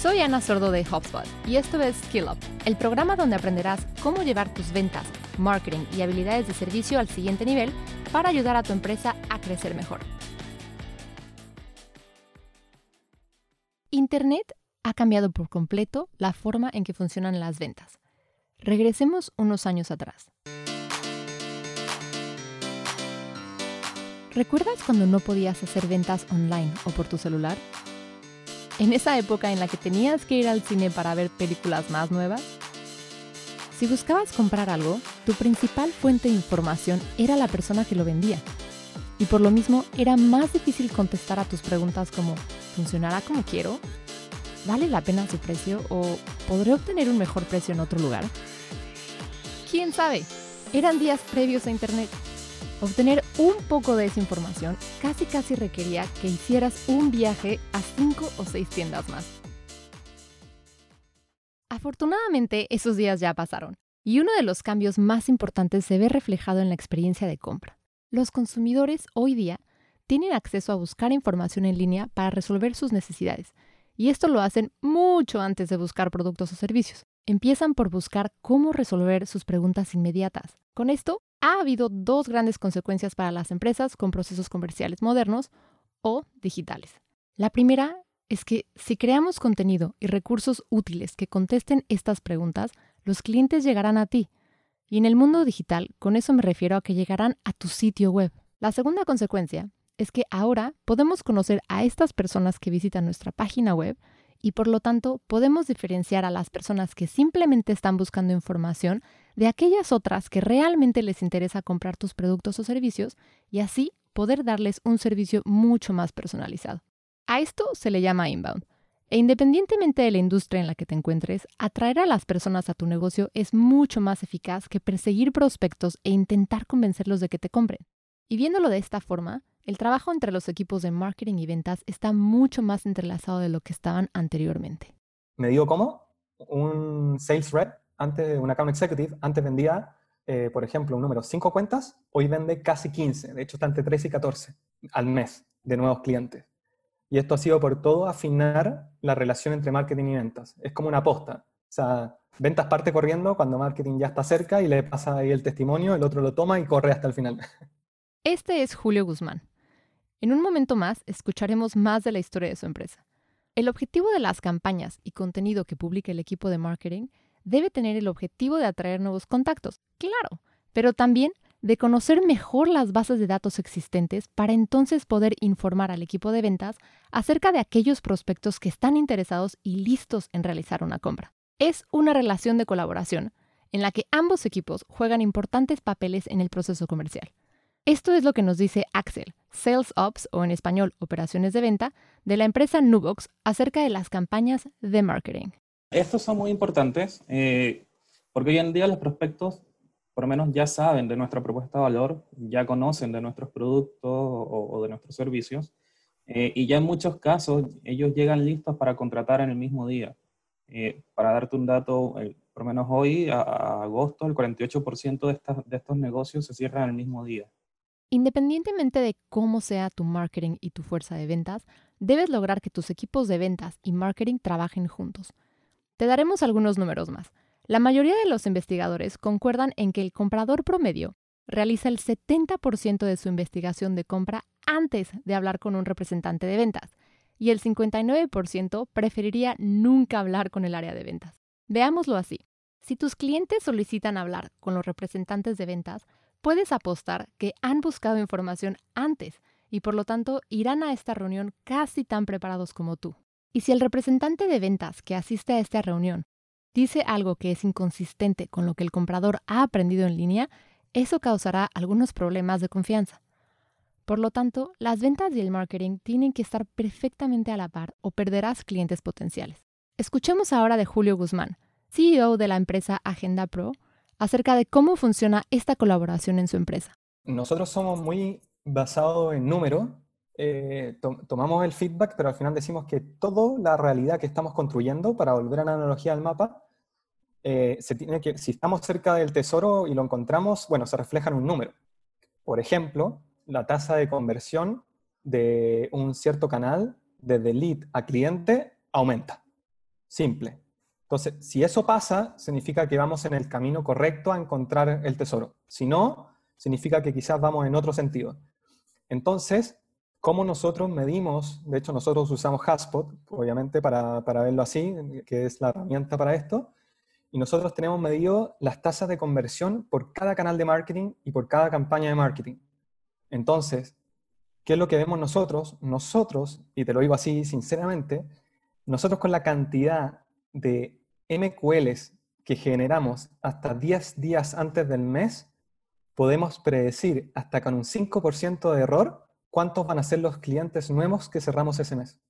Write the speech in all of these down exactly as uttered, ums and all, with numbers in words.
Soy Ana Sordo de HubSpot y esto es Skill Up, el programa donde aprenderás cómo llevar tus ventas, marketing y habilidades de servicio al siguiente nivel para ayudar a tu empresa a crecer mejor. Internet ha cambiado por completo la forma en que funcionan las ventas. Regresemos unos años atrás. ¿Recuerdas cuando no podías hacer ventas online o por tu celular? En esa época en la que tenías que ir al cine para ver películas más nuevas. Si buscabas comprar algo, tu principal fuente de información era la persona que lo vendía. Y por lo mismo era más difícil contestar a tus preguntas como ¿funcionará como quiero? ¿Vale la pena su precio? ¿O podré obtener un mejor precio en otro lugar? ¿Quién sabe? Eran días previos a Internet. Obtener un poco de esa información casi casi requería que hicieras un viaje a cinco o seis tiendas más. Afortunadamente, esos días ya pasaron, y uno de los cambios más importantes se ve reflejado en la experiencia de compra. Los consumidores hoy día tienen acceso a buscar información en línea para resolver sus necesidades, y esto lo hacen mucho antes de buscar productos o servicios. Empiezan por buscar cómo resolver sus preguntas inmediatas. Con esto, ha habido dos grandes consecuencias para las empresas con procesos comerciales modernos o digitales. La primera es que si creamos contenido y recursos útiles que contesten estas preguntas, los clientes llegarán a ti. Y en el mundo digital, con eso me refiero a que llegarán a tu sitio web. La segunda consecuencia es que ahora podemos conocer a estas personas que visitan nuestra página web y por lo tanto podemos diferenciar a las personas que simplemente están buscando información de aquellas otras que realmente les interesa comprar tus productos o servicios y así poder darles un servicio mucho más personalizado. A esto se le llama inbound. E independientemente de la industria en la que te encuentres, atraer a las personas a tu negocio es mucho más eficaz que perseguir prospectos e intentar convencerlos de que te compren. Y viéndolo de esta forma, el trabajo entre los equipos de marketing y ventas está mucho más entrelazado de lo que estaban anteriormente. Me digo cómo, un sales rep, antes, un account executive, antes vendía, eh, por ejemplo, un número cinco cuentas, hoy vende casi quince, de hecho está entre trece y catorce al mes de nuevos clientes. Y esto ha sido por todo afinar la relación entre marketing y ventas. Es como una aposta. O sea, ventas parte corriendo cuando marketing ya está cerca y le pasa ahí el testimonio, el otro lo toma y corre hasta el final. Este es Julio Guzmán. En un momento más escucharemos más de la historia de su empresa. El objetivo de las campañas y contenido que publica el equipo de marketing debe tener el objetivo de atraer nuevos contactos, claro, pero también de conocer mejor las bases de datos existentes para entonces poder informar al equipo de ventas acerca de aquellos prospectos que están interesados y listos en realizar una compra. Es una relación de colaboración en la que ambos equipos juegan importantes papeles en el proceso comercial. Esto es lo que nos dice Axel, Sales Ops o en español Operaciones de Venta, de la empresa Nubox acerca de las campañas de marketing. Estos son muy importantes eh, porque hoy en día los prospectos por lo menos ya saben de nuestra propuesta de valor, ya conocen de nuestros productos o, o de nuestros servicios eh, y ya en muchos casos ellos llegan listos para contratar en el mismo día. Eh, para darte un dato, eh, por lo menos hoy, a, a agosto, el cuarenta y ocho por ciento de, estas, de estos negocios se cierran en el mismo día. Independientemente de cómo sea tu marketing y tu fuerza de ventas, debes lograr que tus equipos de ventas y marketing trabajen juntos. Te daremos algunos números más. La mayoría de los investigadores concuerdan en que el comprador promedio realiza el setenta por ciento de su investigación de compra antes de hablar con un representante de ventas y el cincuenta y nueve por ciento preferiría nunca hablar con el área de ventas. Veámoslo así. Si tus clientes solicitan hablar con los representantes de ventas, puedes apostar que han buscado información antes y por lo tanto irán a esta reunión casi tan preparados como tú. Y si el representante de ventas que asiste a esta reunión dice algo que es inconsistente con lo que el comprador ha aprendido en línea, eso causará algunos problemas de confianza. Por lo tanto, las ventas y el marketing tienen que estar perfectamente a la par o perderás clientes potenciales. Escuchemos ahora de Julio Guzmán, C E O de la empresa Agenda Pro, acerca de cómo funciona esta colaboración en su empresa. Nosotros somos muy basados en números, eh, to- tomamos el feedback, pero al final decimos que toda la realidad que estamos construyendo, para volver a la analogía del mapa, eh, se tiene que, si estamos cerca del tesoro y lo encontramos, bueno, se refleja en un número. Por ejemplo, la tasa de conversión de un cierto canal desde lead a cliente aumenta. Simple. Entonces, si eso pasa, significa que vamos en el camino correcto a encontrar el tesoro. Si no, significa que quizás vamos en otro sentido. Entonces, ¿cómo nosotros medimos? De hecho, nosotros usamos HubSpot, obviamente, para, para verlo así, que es la herramienta para esto. Y nosotros tenemos medido las tasas de conversión por cada canal de marketing y por cada campaña de marketing. Entonces, ¿qué es lo que vemos nosotros? Nosotros, y te lo digo así sinceramente, nosotros con la cantidad de M Q Ls que generamos hasta diez días antes del mes, podemos predecir hasta con un cinco por ciento de error cuántos van a ser los clientes nuevos que cerramos ese mes.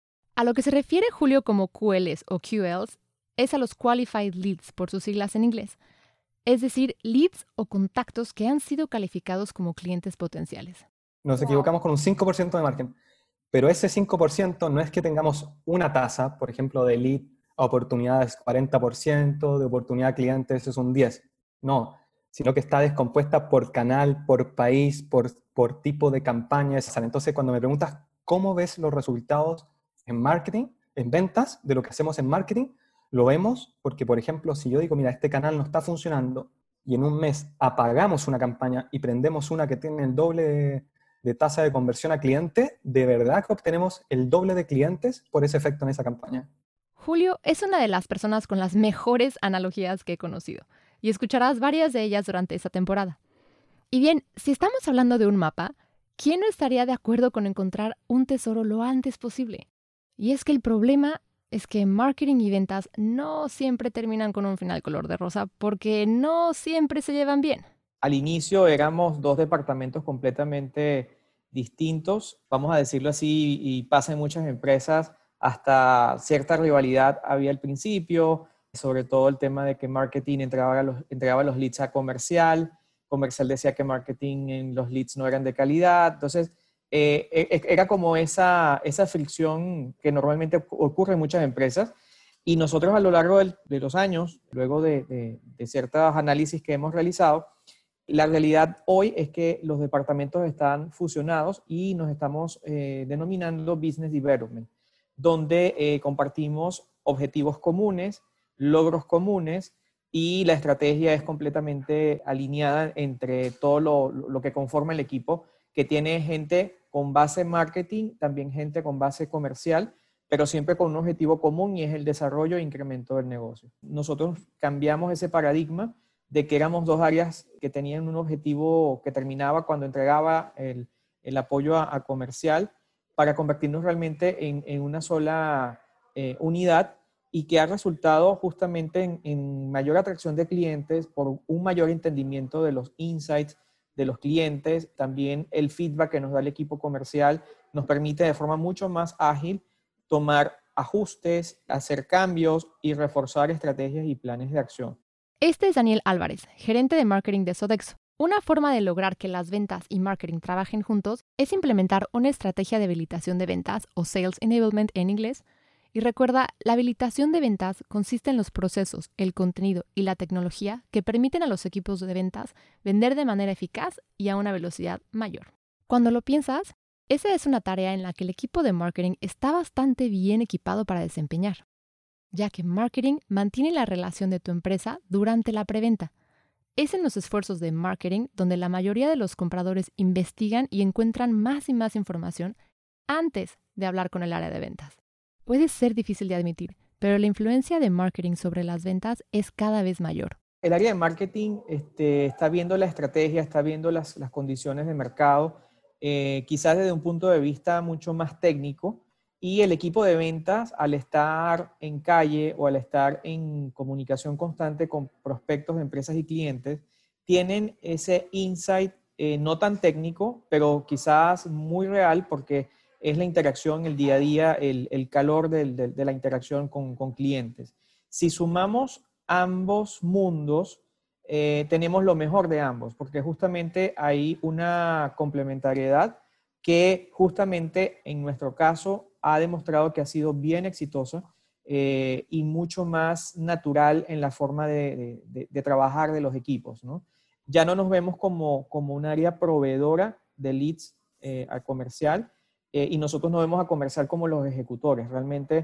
A lo que se refiere Julio como Q Ls o Q Ls es a los Qualified Leads, por sus siglas en inglés. Es decir, leads o contactos que han sido calificados como clientes potenciales. Nos equivocamos con un cinco por ciento de margen. Pero ese cinco por ciento no es que tengamos una tasa, por ejemplo, de lead a oportunidades cuarenta por ciento, de oportunidad a clientes es un diez por ciento. No, sino que está descompuesta por canal, por país, por, por tipo de campaña. Entonces, cuando me preguntas cómo ves los resultados en marketing, en ventas, de lo que hacemos en marketing, lo vemos porque, por ejemplo, si yo digo, mira, este canal no está funcionando y en un mes apagamos una campaña y prendemos una que tiene el doble de, de tasa de conversión a cliente, de verdad que obtenemos el doble de clientes por ese efecto en esa campaña. Julio es una de las personas con las mejores analogías que he conocido y escucharás varias de ellas durante esta temporada. Y bien, si estamos hablando de un mapa, ¿quién no estaría de acuerdo con encontrar un tesoro lo antes posible? Y es que el problema es que marketing y ventas no siempre terminan con un final color de rosa porque no siempre se llevan bien. Al inicio éramos dos departamentos completamente distintos, vamos a decirlo así, y pasa en muchas empresas, hasta cierta rivalidad había al principio, sobre todo el tema de que marketing entregaba los, entregaba los leads a comercial, comercial decía que marketing en los leads no eran de calidad, entonces eh, era como esa, esa fricción que normalmente ocurre en muchas empresas. Y nosotros a lo largo del, de los años, luego de, de, de ciertos análisis que hemos realizado, la realidad hoy es que los departamentos están fusionados y nos estamos eh, denominando Business Development, donde eh, compartimos objetivos comunes, logros comunes y la estrategia es completamente alineada entre todo lo, lo que conforma el equipo, que tiene gente con base marketing, también gente con base comercial, pero siempre con un objetivo común y es el desarrollo e incremento del negocio. Nosotros cambiamos ese paradigma de que éramos dos áreas que tenían un objetivo que terminaba cuando entregaba el, el apoyo a, a comercial para convertirnos realmente en, en una sola eh, unidad y que ha resultado justamente en, en mayor atracción de clientes por un mayor entendimiento de los insights de los clientes. También el feedback que nos da el equipo comercial nos permite de forma mucho más ágil tomar ajustes, hacer cambios y reforzar estrategias y planes de acción. Este es Daniel Álvarez, gerente de marketing de Sodexo. Una forma de lograr que las ventas y marketing trabajen juntos es implementar una estrategia de habilitación de ventas o Sales Enablement en inglés. Y recuerda, la habilitación de ventas consiste en los procesos, el contenido y la tecnología que permiten a los equipos de ventas vender de manera eficaz y a una velocidad mayor. Cuando lo piensas, esa es una tarea en la que el equipo de marketing está bastante bien equipado para desempeñar, ya que marketing mantiene la relación de tu empresa durante la preventa. Es en los esfuerzos de marketing donde la mayoría de los compradores investigan y encuentran más y más información antes de hablar con el área de ventas. Puede ser difícil de admitir, pero la influencia de marketing sobre las ventas es cada vez mayor. El área de marketing este, está viendo la estrategia, está viendo las, las condiciones de mercado, eh, quizás desde un punto de vista mucho más técnico, y el equipo de ventas, al estar en calle o al estar en comunicación constante con prospectos de empresas y clientes, tienen ese insight eh, no tan técnico, pero quizás muy real porque es la interacción, el día a día, el, el calor de, de, de la interacción con, con clientes. Si sumamos ambos mundos, eh, tenemos lo mejor de ambos, porque justamente hay una complementariedad que justamente en nuestro caso ha demostrado que ha sido bien exitosa eh, y mucho más natural en la forma de, de, de trabajar de los equipos, ¿no? Ya no nos vemos como, como un área proveedora de leads eh, al comercial, Eh, y nosotros nos vemos a comercial como los ejecutores. Realmente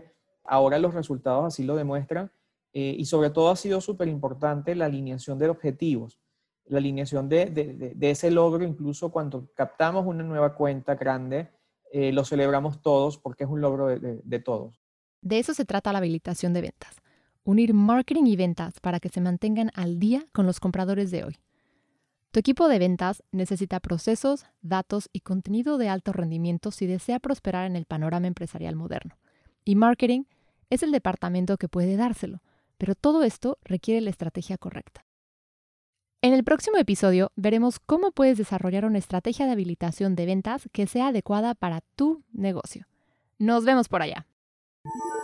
Ahora los resultados así lo demuestran eh, y sobre todo ha sido súper importante la alineación de objetivos, la alineación de, de, de, de ese logro. Incluso cuando captamos una nueva cuenta grande, eh, lo celebramos todos porque es un logro de, de, de todos. De eso se trata la habilitación de ventas. Unir marketing y ventas para que se mantengan al día con los compradores de hoy. Tu equipo de ventas necesita procesos, datos y contenido de alto rendimiento si desea prosperar en el panorama empresarial moderno. Y marketing es el departamento que puede dárselo, pero todo esto requiere la estrategia correcta. En el próximo episodio veremos cómo puedes desarrollar una estrategia de habilitación de ventas que sea adecuada para tu negocio. Nos vemos por allá.